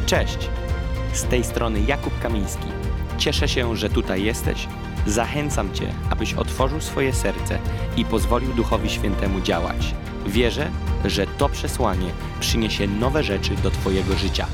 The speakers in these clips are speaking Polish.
Cześć! Z tej strony Jakub Kamiński. Cieszę się, że tutaj jesteś. Zachęcam Cię, abyś otworzył swoje serce i pozwolił Duchowi Świętemu działać. Wierzę, że to przesłanie przyniesie nowe rzeczy do Twojego życia.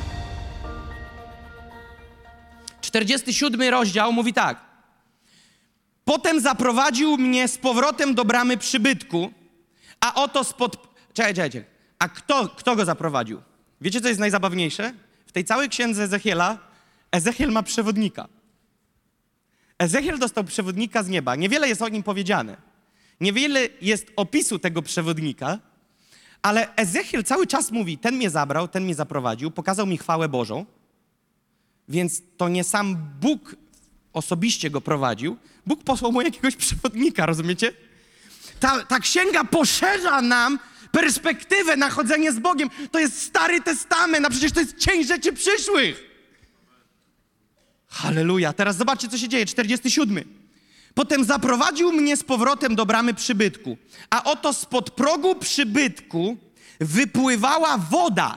47 rozdział mówi tak. Potem zaprowadził mnie z powrotem do bramy przybytku, a oto Czekajcie. A kto go zaprowadził? Wiecie, co jest najzabawniejsze? W tej całej księdze Ezechiela, Ezechiel ma przewodnika. Ezechiel dostał przewodnika z nieba. Niewiele jest o nim powiedziane. Niewiele jest opisu tego przewodnika, ale Ezechiel cały czas mówi, ten mnie zabrał, ten mnie zaprowadził, pokazał mi chwałę Bożą, więc to nie sam Bóg osobiście go prowadził, Bóg posłał mu jakiegoś przewodnika, rozumiecie? Ta księga poszerza nam perspektywę na chodzenie z Bogiem. To jest Stary Testament, a przecież to jest cień rzeczy przyszłych. Halleluja. Teraz zobaczcie, co się dzieje. 47. Potem zaprowadził mnie z powrotem do bramy przybytku, a oto spod progu przybytku wypływała woda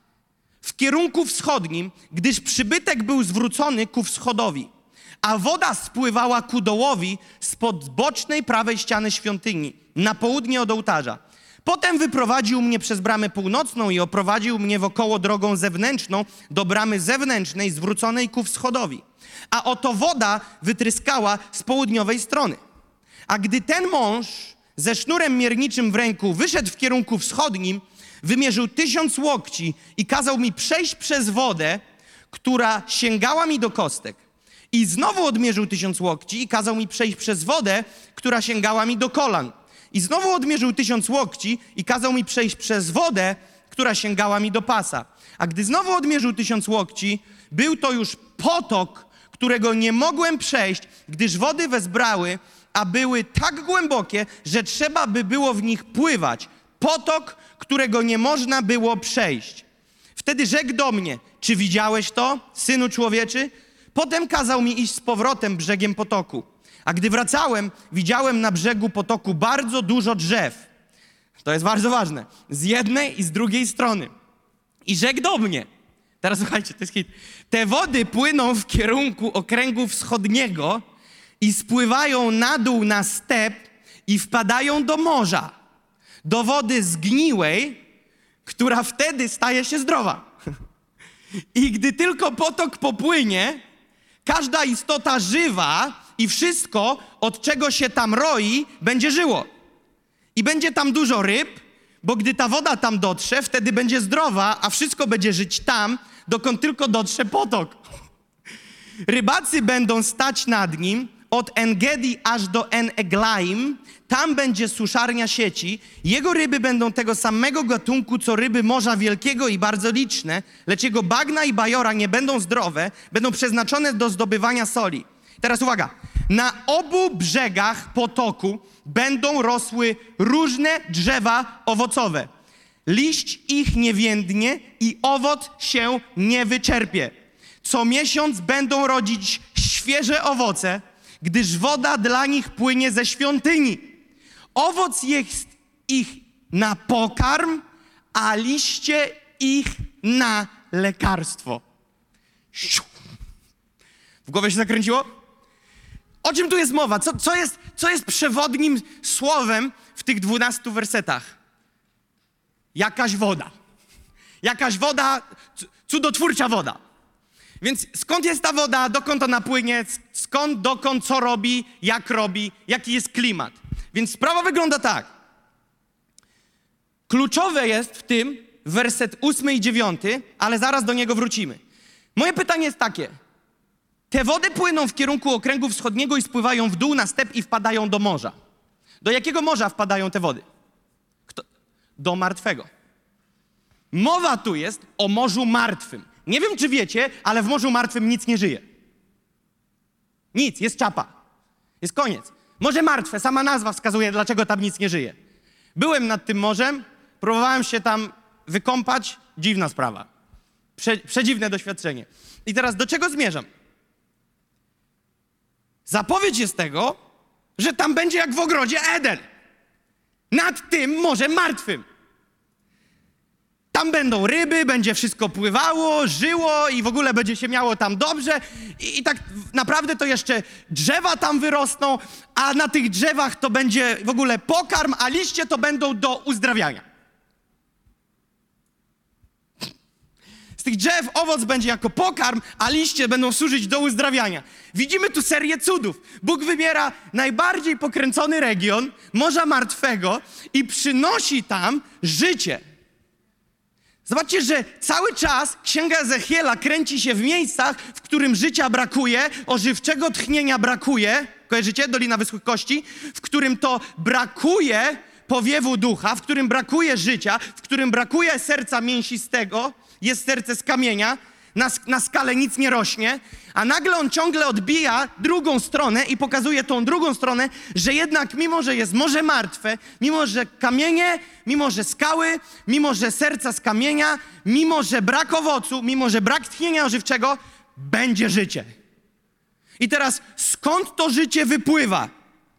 w kierunku wschodnim, gdyż przybytek był zwrócony ku wschodowi, a woda spływała ku dołowi spod bocznej prawej ściany świątyni, na południe od ołtarza. Potem wyprowadził mnie przez bramę północną i oprowadził mnie wokoło drogą zewnętrzną do bramy zewnętrznej zwróconej ku wschodowi. A oto woda wytryskała z południowej strony. A gdy ten mąż ze sznurem mierniczym w ręku wyszedł w kierunku wschodnim, wymierzył 1000 łokci i kazał mi przejść przez wodę, która sięgała mi do kostek. I znowu odmierzył 1000 łokci i kazał mi przejść przez wodę, która sięgała mi do kolan. I znowu odmierzył 1000 łokci i kazał mi przejść przez wodę, która sięgała mi do pasa. A gdy znowu odmierzył 1000 łokci, był to już potok, którego nie mogłem przejść, gdyż wody wezbrały, a były tak głębokie, że trzeba by było w nich pływać. Potok, którego nie można było przejść. Wtedy rzekł do mnie, czy widziałeś to, synu człowieczy? Potem kazał mi iść z powrotem brzegiem potoku. A gdy wracałem, widziałem na brzegu potoku bardzo dużo drzew. To jest bardzo ważne. Z jednej i z drugiej strony. I rzekł do mnie, teraz słuchajcie, to jest hit. Te wody płyną w kierunku okręgu wschodniego i spływają na dół na step i wpadają do morza. Do wody zgniłej, która wtedy staje się zdrowa. I gdy tylko potok popłynie, każda istota żywa i wszystko, od czego się tam roi, będzie żyło. I będzie tam dużo ryb, bo gdy ta woda tam dotrze, wtedy będzie zdrowa, a wszystko będzie żyć tam, dokąd tylko dotrze potok. Rybacy będą stać nad nim, od En-Gedi aż do En-Eglaim, tam będzie suszarnia sieci. Jego ryby będą tego samego gatunku, co ryby Morza Wielkiego i bardzo liczne, lecz jego bagna i bajora nie będą zdrowe, będą przeznaczone do zdobywania soli. Teraz uwaga. Na obu brzegach potoku będą rosły różne drzewa owocowe. Liść ich nie więdnie i owoc się nie wyczerpie. Co miesiąc będą rodzić świeże owoce, gdyż woda dla nich płynie ze świątyni. Owoc jest ich na pokarm, a liście ich na lekarstwo. W głowie się zakręciło? O czym tu jest mowa? Co jest przewodnim słowem w tych 12 wersetach? Jakaś woda. Jakaś woda, cudotwórcza woda. Więc skąd jest ta woda, dokąd ona płynie, dokąd, co robi, jaki jest klimat. Więc sprawa wygląda tak. Kluczowe jest w tym werset 8 i 9, ale zaraz do niego wrócimy. Moje pytanie jest takie. Te wody płyną w kierunku okręgu wschodniego i spływają w dół na step i wpadają do morza. Do jakiego morza wpadają te wody? Do martwego. Mowa tu jest o Morzu Martwym. Nie wiem, czy wiecie, ale w Morzu Martwym nic nie żyje. Nic, jest czapa. Jest koniec. Morze Martwe, sama nazwa wskazuje, dlaczego tam nic nie żyje. Byłem nad tym morzem, próbowałem się tam wykąpać, dziwna sprawa. Przedziwne doświadczenie. I teraz do czego zmierzam? Zapowiedź jest tego, że tam będzie jak w ogrodzie Eden. Nad tym Morzem Martwym. Tam będą ryby, będzie wszystko pływało, żyło i w ogóle będzie się miało tam dobrze. I tak naprawdę to jeszcze drzewa tam wyrosną, a na tych drzewach to będzie w ogóle pokarm, a liście to będą do uzdrawiania. Z tych drzew owoc będzie jako pokarm, a liście będą służyć do uzdrawiania. Widzimy tu serię cudów. Bóg wybiera najbardziej pokręcony region Morza Martwego i przynosi tam życie. Zobaczcie, że cały czas Księga Ezechiela kręci się w miejscach, w którym życia brakuje, ożywczego tchnienia brakuje. Kojarzycie? Dolina Wyschłych Kości. W którym to brakuje powiewu ducha, w którym brakuje życia, w którym brakuje serca mięsistego. Jest serce z kamienia, na skale nic nie rośnie, a nagle on ciągle odbija drugą stronę i pokazuje tą drugą stronę, że jednak mimo, że jest morze martwe, mimo, że kamienie, mimo, że skały, mimo, że serca z kamienia, mimo, że brak owocu, mimo, że brak tchnienia ożywczego, będzie życie. I teraz skąd to życie wypływa?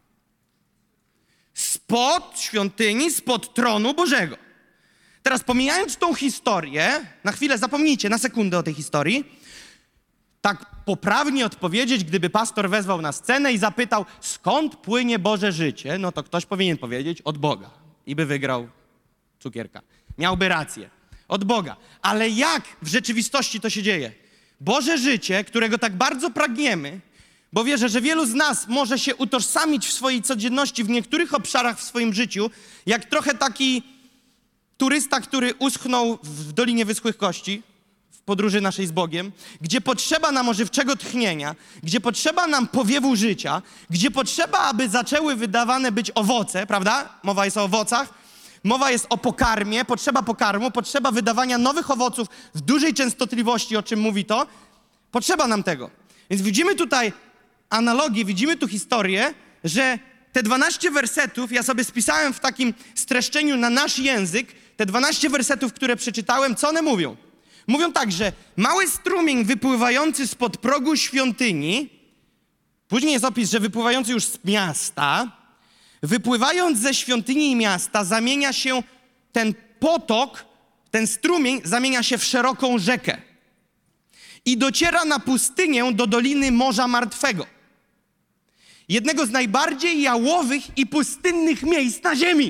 Spod świątyni, spod tronu Bożego. Teraz pomijając tą historię, na chwilę zapomnijcie, na sekundę o tej historii, tak poprawnie odpowiedzieć, gdyby pastor wezwał na scenę i zapytał, skąd płynie Boże życie, no to ktoś powinien powiedzieć, od Boga. I by wygrał cukierka. Miałby rację. Od Boga. Ale jak w rzeczywistości to się dzieje? Boże życie, którego tak bardzo pragniemy, bo wierzę, że wielu z nas może się utożsamić w swojej codzienności, w niektórych obszarach w swoim życiu, jak trochę taki turysta, który uschnął w Dolinie Wyschłych Kości, w podróży naszej z Bogiem, gdzie potrzeba nam ożywczego tchnienia, gdzie potrzeba nam powiewu życia, gdzie potrzeba, aby zaczęły wydawane być owoce, prawda? Mowa jest o owocach, mowa jest o pokarmie, potrzeba pokarmu, potrzeba wydawania nowych owoców w dużej częstotliwości, o czym mówi to. Potrzeba nam tego. Więc widzimy tutaj analogię, widzimy tu historię, że te 12 wersetów, ja sobie spisałem w takim streszczeniu na nasz język, te 12 wersetów, które przeczytałem, co one mówią? Mówią tak, że mały strumień wypływający spod progu świątyni, później jest opis, że wypływający już z miasta, wypływając ze świątyni i miasta, zamienia się ten potok, ten strumień zamienia się w szeroką rzekę i dociera na pustynię do Doliny Morza Martwego. Jednego z najbardziej jałowych i pustynnych miejsc na ziemi.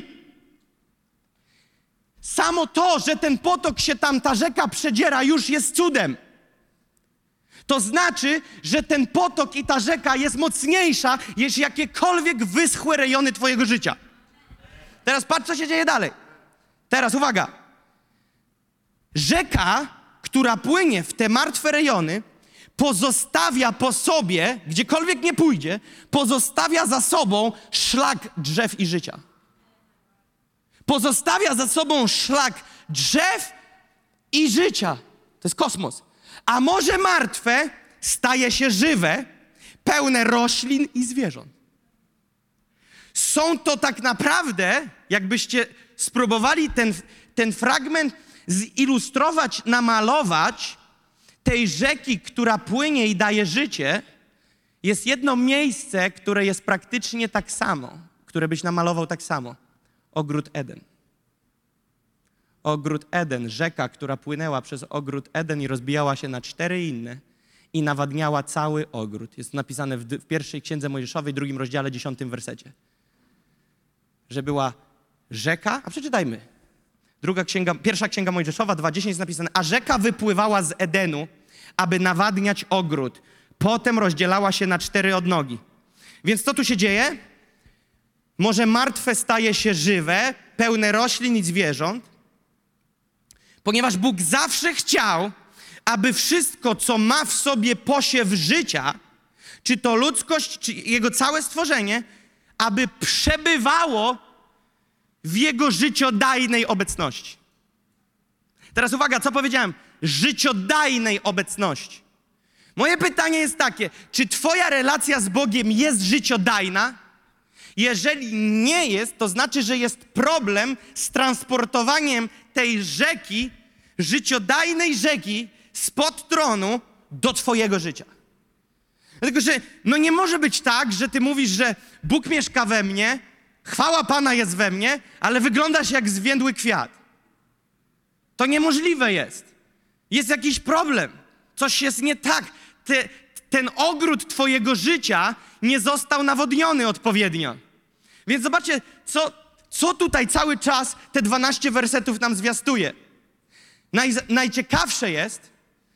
Samo to, że ten potok się tam, ta rzeka przedziera, już jest cudem. To znaczy, że ten potok i ta rzeka jest mocniejsza niż jakiekolwiek wyschłe rejony twojego życia. Teraz patrz, co się dzieje dalej. Teraz uwaga. Rzeka, która płynie w te martwe rejony, pozostawia po sobie, gdziekolwiek nie pójdzie, pozostawia za sobą szlak drzew i życia. Pozostawia za sobą szlak drzew i życia. To jest kosmos. A morze martwe staje się żywe, pełne roślin i zwierząt. Są to tak naprawdę, jakbyście spróbowali ten fragment zilustrować, namalować, tej rzeki, która płynie i daje życie, jest jedno miejsce, które jest praktycznie tak samo, które byś namalował tak samo. Ogród Eden. Ogród Eden, rzeka, która płynęła przez ogród Eden i rozbijała się na 4 inne i nawadniała cały ogród. Jest napisane w pierwszej Księdze Mojżeszowej, 2 rozdziale, 10 wersecie. Że była rzeka, a przeczytajmy. Pierwsza Księga Mojżeszowa, 2:10 jest napisane, a rzeka wypływała z Edenu, aby nawadniać ogród. Potem rozdzielała się na 4 odnogi. Więc co tu się dzieje? Morze martwe staje się żywe, pełne roślin i zwierząt, ponieważ Bóg zawsze chciał, aby wszystko, co ma w sobie posiew życia, czy to ludzkość, czy Jego całe stworzenie, aby przebywało w Jego życiodajnej obecności. Teraz uwaga, co powiedziałem? Życiodajnej obecności. Moje pytanie jest takie, czy twoja relacja z Bogiem jest życiodajna? Jeżeli nie jest, to znaczy, że jest problem z transportowaniem tej rzeki, życiodajnej rzeki spod tronu do twojego życia. Dlatego, że nie może być tak, że ty mówisz, że Bóg mieszka we mnie, chwała Pana jest we mnie, ale wyglądasz jak zwiędły kwiat. To niemożliwe jest. Jest jakiś problem. Coś jest nie tak. Ten ogród twojego życia nie został nawodniony odpowiednio. Więc zobaczcie, co tutaj cały czas te 12 wersetów nam zwiastuje. Najciekawsze jest,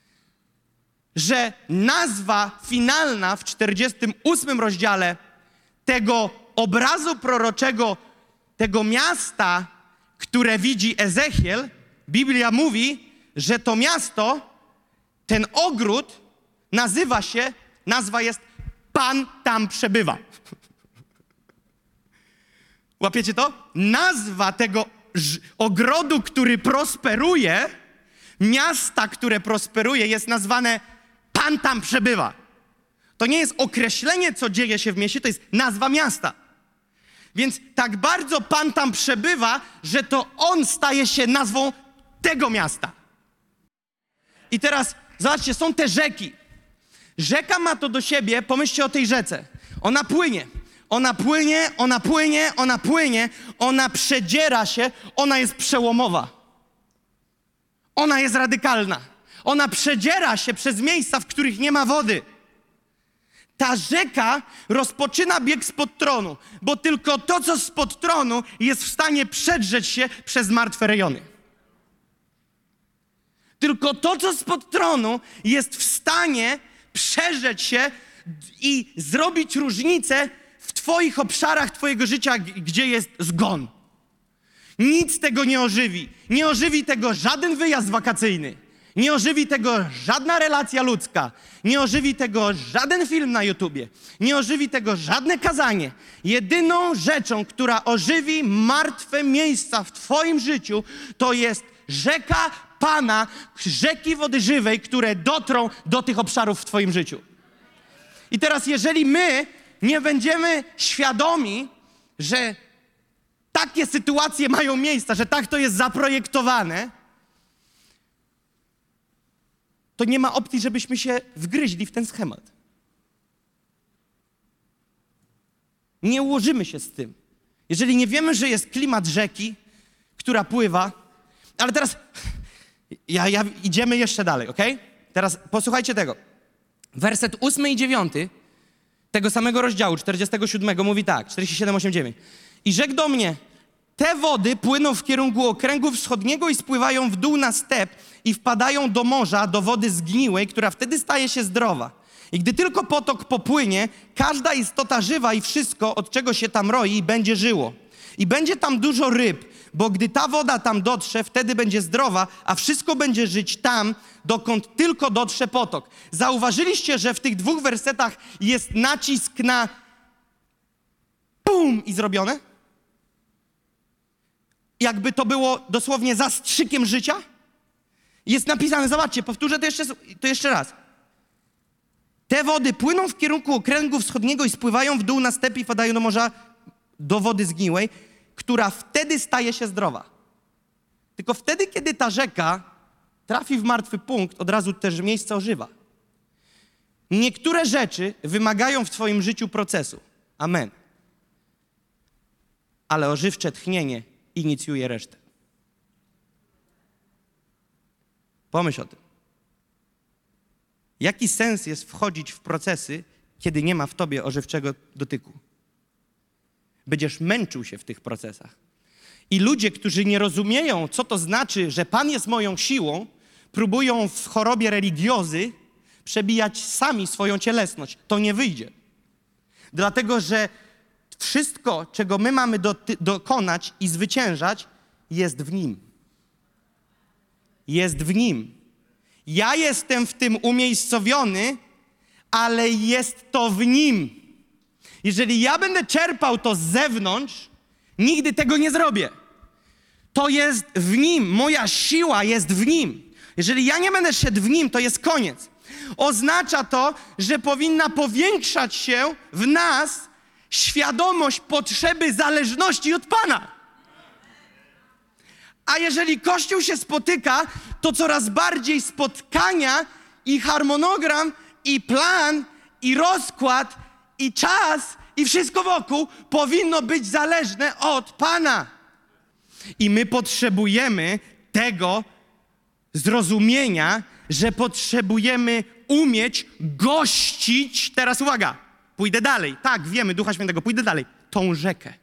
że nazwa finalna w 48 rozdziale tego obrazu proroczego, tego miasta, które widzi Ezechiel, Biblia mówi, że to miasto, ten ogród nazwa jest Pan tam przebywa. Łapiecie to? Nazwa tego ogrodu, który prosperuje, miasta, które prosperuje, jest nazwane Pan tam przebywa. To nie jest określenie, co dzieje się w mieście, to jest nazwa miasta. Więc tak bardzo Pan tam przebywa, że to On staje się nazwą tego miasta. I teraz, zobaczcie, są te rzeki. Rzeka ma to do siebie, pomyślcie o tej rzece. Ona płynie, ona przedziera się, ona jest przełomowa. Ona jest radykalna. Ona przedziera się przez miejsca, w których nie ma wody. Ta rzeka rozpoczyna bieg spod tronu, bo tylko to, co spod tronu, jest w stanie przedrzeć się przez martwe rejony. Tylko to, co spod tronu, jest w stanie przerzeć się i zrobić różnicę w twoich obszarach twojego życia, gdzie jest zgon. Nic tego nie ożywi. Nie ożywi tego żaden wyjazd wakacyjny. Nie ożywi tego żadna relacja ludzka. Nie ożywi tego żaden film na YouTubie. Nie ożywi tego żadne kazanie. Jedyną rzeczą, która ożywi martwe miejsca w twoim życiu, to jest rzeka Pana, rzeki wody żywej, które dotrą do tych obszarów w twoim życiu. I teraz, jeżeli my nie będziemy świadomi, że takie sytuacje mają miejsca, że tak to jest zaprojektowane, to nie ma opcji, żebyśmy się wgryźli w ten schemat. Nie ułożymy się z tym. Jeżeli nie wiemy, że jest klimat rzeki, która pływa, ale teraz idziemy jeszcze dalej, ok? Teraz posłuchajcie tego. Werset 8 i 9 tego samego rozdziału, 47, mówi tak, 47, 8, 9. I rzekł do mnie, te wody płyną w kierunku okręgu wschodniego i spływają w dół na step i wpadają do morza, do wody zgniłej, która wtedy staje się zdrowa. I gdy tylko potok popłynie, każda istota żywa i wszystko, od czego się tam roi, będzie żyło. I będzie tam dużo ryb, bo gdy ta woda tam dotrze, wtedy będzie zdrowa, a wszystko będzie żyć tam, dokąd tylko dotrze potok. Zauważyliście, że w tych dwóch wersetach jest nacisk na bum i zrobione? Jakby to było dosłownie zastrzykiem życia? Jest napisane, zobaczcie, powtórzę to jeszcze raz. Te wody płyną w kierunku okręgu wschodniego i spływają w dół na step i wpadają do morza, do wody zgniłej, która wtedy staje się zdrowa. Tylko wtedy, kiedy ta rzeka trafi w martwy punkt, od razu też miejsce ożywa. Niektóre rzeczy wymagają w twoim życiu procesu. Amen. Ale ożywcze tchnienie inicjuje resztę. Pomyśl o tym. Jaki sens jest wchodzić w procesy, kiedy nie ma w tobie ożywczego dotyku? Będziesz męczył się w tych procesach. I ludzie, którzy nie rozumieją, co to znaczy, że Pan jest moją siłą, próbują w chorobie religiozy przebijać sami swoją cielesność. To nie wyjdzie. Dlatego, że wszystko, czego my mamy dokonać i zwyciężać, jest w Nim. Jest w Nim. Ja jestem w tym umiejscowiony, ale jest to w Nim. Jeżeli ja będę czerpał to z zewnątrz, nigdy tego nie zrobię. To jest w Nim. Moja siła jest w Nim. Jeżeli ja nie będę szedł w Nim, to jest koniec. Oznacza to, że powinna powiększać się w nas świadomość potrzeby zależności od Pana. A jeżeli Kościół się spotyka, to coraz bardziej spotkania i harmonogram, i plan, i rozkład, i czas, i wszystko wokół powinno być zależne od Pana. I my potrzebujemy tego zrozumienia, że potrzebujemy umieć gościć, teraz uwaga, pójdę dalej, tak, wiemy, Ducha Świętego, pójdę dalej, tą rzekę.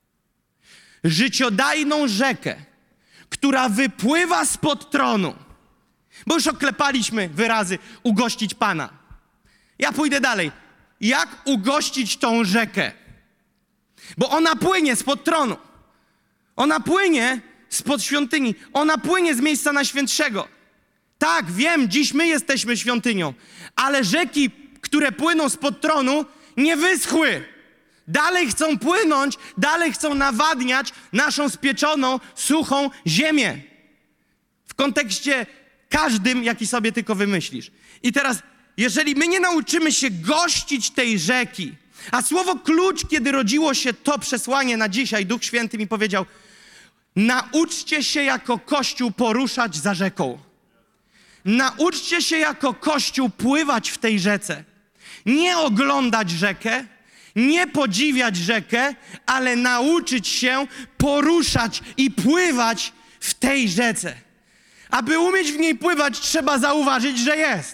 Życiodajną rzekę, która wypływa spod tronu. Bo już oklepaliśmy wyrazy ugościć Pana. Ja pójdę dalej. Jak ugościć tą rzekę? Bo ona płynie spod tronu. Ona płynie spod świątyni. Ona płynie z miejsca najświętszego. Tak, wiem, dziś my jesteśmy świątynią, ale rzeki, które płyną spod tronu, nie wyschły. Dalej chcą płynąć, dalej chcą nawadniać naszą spieczoną, suchą ziemię. W kontekście każdym, jaki sobie tylko wymyślisz. I teraz, jeżeli my nie nauczymy się gościć tej rzeki, a słowo klucz, kiedy rodziło się to przesłanie na dzisiaj, Duch Święty mi powiedział, nauczcie się jako Kościół poruszać za rzeką. Nauczcie się jako Kościół pływać w tej rzece. Nie oglądać rzekę, nie podziwiać rzekę, ale nauczyć się poruszać i pływać w tej rzece. Aby umieć w niej pływać, trzeba zauważyć, że jest.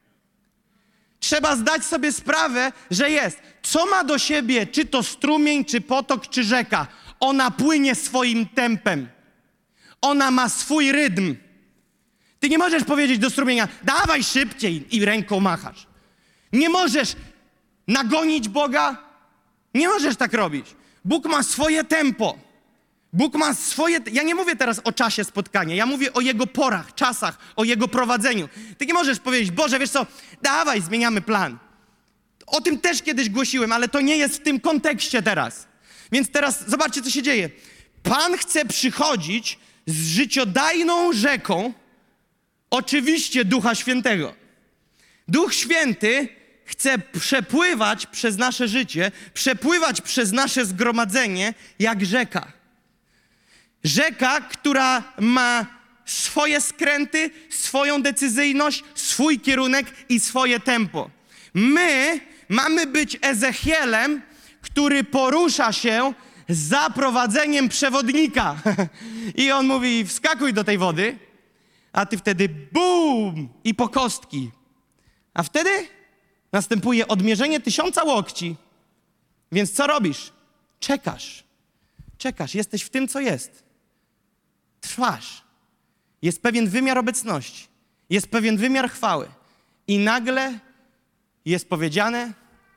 Trzeba zdać sobie sprawę, że jest. Co ma do siebie, czy to strumień, czy potok, czy rzeka? Ona płynie swoim tempem. Ona ma swój rytm. Ty nie możesz powiedzieć do strumienia, dawaj szybciej i ręką machasz. Nie możesz nagonić Boga. Nie możesz tak robić. Bóg ma swoje tempo. Bóg ma swoje... Ja nie mówię teraz o czasie spotkania. Ja mówię o Jego porach, czasach, o Jego prowadzeniu. Ty nie możesz powiedzieć, Boże, wiesz co, dawaj, zmieniamy plan. O tym też kiedyś głosiłem, ale to nie jest w tym kontekście teraz. Więc teraz zobaczcie, co się dzieje. Pan chce przychodzić z życiodajną rzeką, oczywiście Ducha Świętego. Duch Święty chce przepływać przez nasze życie, przepływać przez nasze zgromadzenie jak rzeka. Rzeka, która ma swoje skręty, swoją decyzyjność, swój kierunek i swoje tempo. My mamy być Ezechielem, który porusza się za prowadzeniem przewodnika. I on mówi, wskakuj do tej wody, a ty wtedy bum i po kostki. A wtedy następuje odmierzenie 1000 łokci. Więc co robisz? Czekasz. Czekasz, jesteś w tym, co jest. Trwasz. Jest pewien wymiar obecności. Jest pewien wymiar chwały. I nagle jest powiedziane,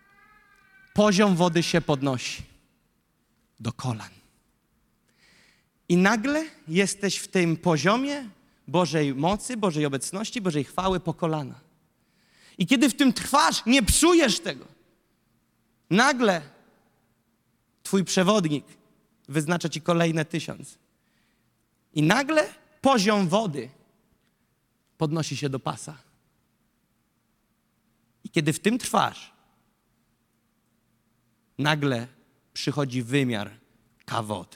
poziom wody się podnosi do kolan. I nagle jesteś w tym poziomie Bożej mocy, Bożej obecności, Bożej chwały po kolana. I kiedy w tym trwasz, nie psujesz tego. Nagle twój przewodnik wyznacza ci kolejne 1000. I nagle poziom wody podnosi się do pasa. I kiedy w tym trwasz, nagle przychodzi wymiar kawod,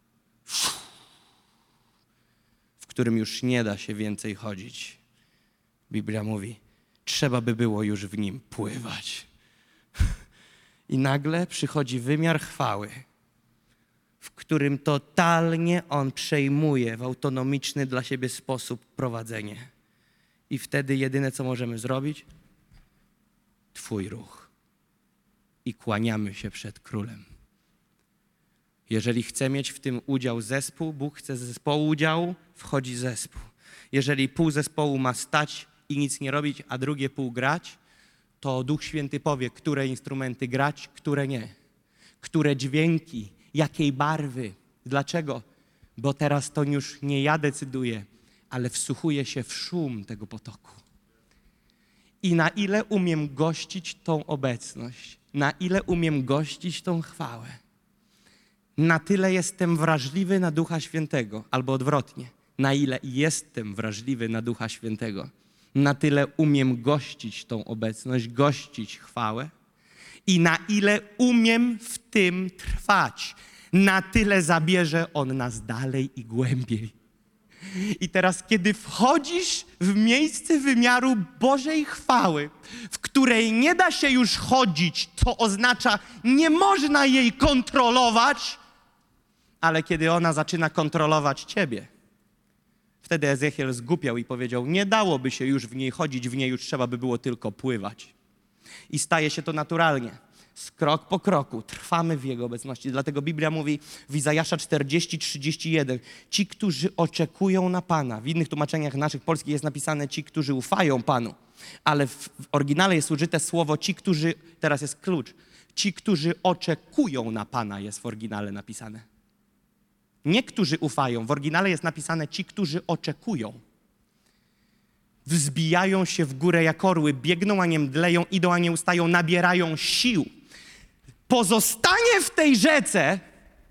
w którym już nie da się więcej chodzić. Biblia mówi, trzeba by było już w nim pływać. I nagle przychodzi wymiar chwały, w którym totalnie on przejmuje w autonomiczny dla siebie sposób prowadzenie. I wtedy jedyne, co możemy zrobić, Twój ruch. I kłaniamy się przed Królem. Jeżeli chce mieć w tym udział zespół, Bóg chce z zespołu udziału, wchodzi zespół. Jeżeli pół zespołu ma stać i nic nie robić, a drugie pół grać, to Duch Święty powie, które instrumenty grać, które nie. Które dźwięki, jakiej barwy. Dlaczego? Bo teraz to już nie ja decyduję, ale wsłuchuję się w szum tego potoku. I na ile umiem gościć tą obecność, na ile umiem gościć tą chwałę, na tyle jestem wrażliwy na Ducha Świętego, albo odwrotnie, na ile jestem wrażliwy na Ducha Świętego, na tyle umiem gościć tą obecność, gościć chwałę i na ile umiem w tym trwać, na tyle zabierze On nas dalej i głębiej. I teraz, kiedy wchodzisz w miejsce wymiaru Bożej chwały, w której nie da się już chodzić, to oznacza, nie można jej kontrolować, ale kiedy ona zaczyna kontrolować ciebie, Wtedy Ezechiel zgłupiał i powiedział, nie dałoby się już w niej chodzić, w niej już trzeba by było tylko pływać. I staje się to naturalnie. Krok po kroku trwamy w Jego obecności. Dlatego Biblia mówi w Izajasza 40:31, ci, którzy oczekują na Pana. W innych tłumaczeniach naszych polskich jest napisane ci, którzy ufają Panu. Ale w oryginale jest użyte słowo ci, którzy, teraz jest klucz, ci, którzy oczekują na Pana jest w oryginale napisane. Nie którzy ufają, w oryginale jest napisane ci, którzy oczekują. Wzbijają się w górę jak orły, biegną, a nie mdleją, idą, a nie ustają, nabierają sił. Pozostanie w tej rzece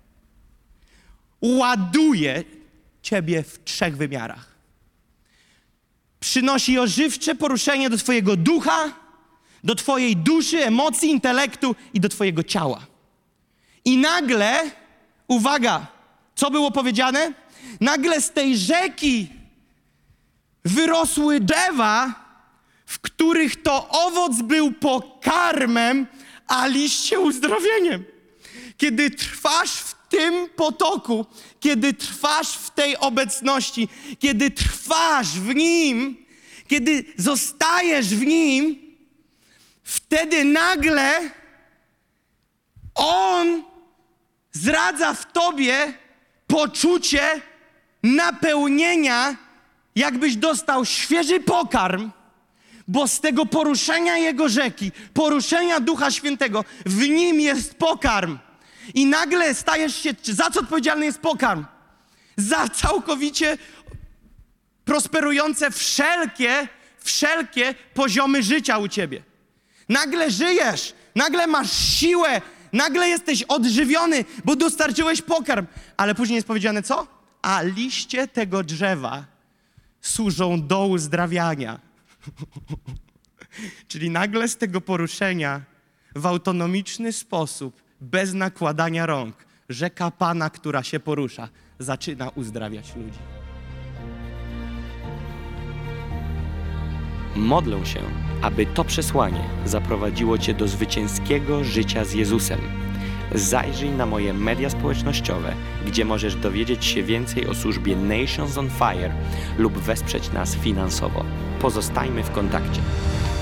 ładuje ciebie w 3 wymiarach. Przynosi ożywcze poruszenie do twojego ducha, do twojej duszy, emocji, intelektu i do twojego ciała. I nagle, uwaga, co było powiedziane? Nagle z tej rzeki wyrosły drzewa, w których to owoc był pokarmem, a liście uzdrowieniem. Kiedy trwasz w tym potoku, kiedy trwasz w tej obecności, kiedy trwasz w Nim, kiedy zostajesz w Nim, wtedy nagle On zradza w tobie poczucie napełnienia, jakbyś dostał świeży pokarm, bo z tego poruszenia Jego rzeki, poruszenia Ducha Świętego, w Nim jest pokarm. I nagle stajesz się, za co odpowiedzialny jest pokarm? Za całkowicie prosperujące wszelkie poziomy życia u ciebie. Nagle żyjesz, nagle masz siłę, nagle jesteś odżywiony, bo dostarczyłeś pokarm. Ale później jest powiedziane co? A liście tego drzewa służą do uzdrawiania. Czyli nagle z tego poruszenia w autonomiczny sposób, bez nakładania rąk, rzeka Pana, która się porusza, zaczyna uzdrawiać ludzi. Modlę się, aby to przesłanie zaprowadziło cię do zwycięskiego życia z Jezusem. Zajrzyj na moje media społecznościowe, gdzie możesz dowiedzieć się więcej o służbie Nations on Fire lub wesprzeć nas finansowo. Pozostajmy w kontakcie.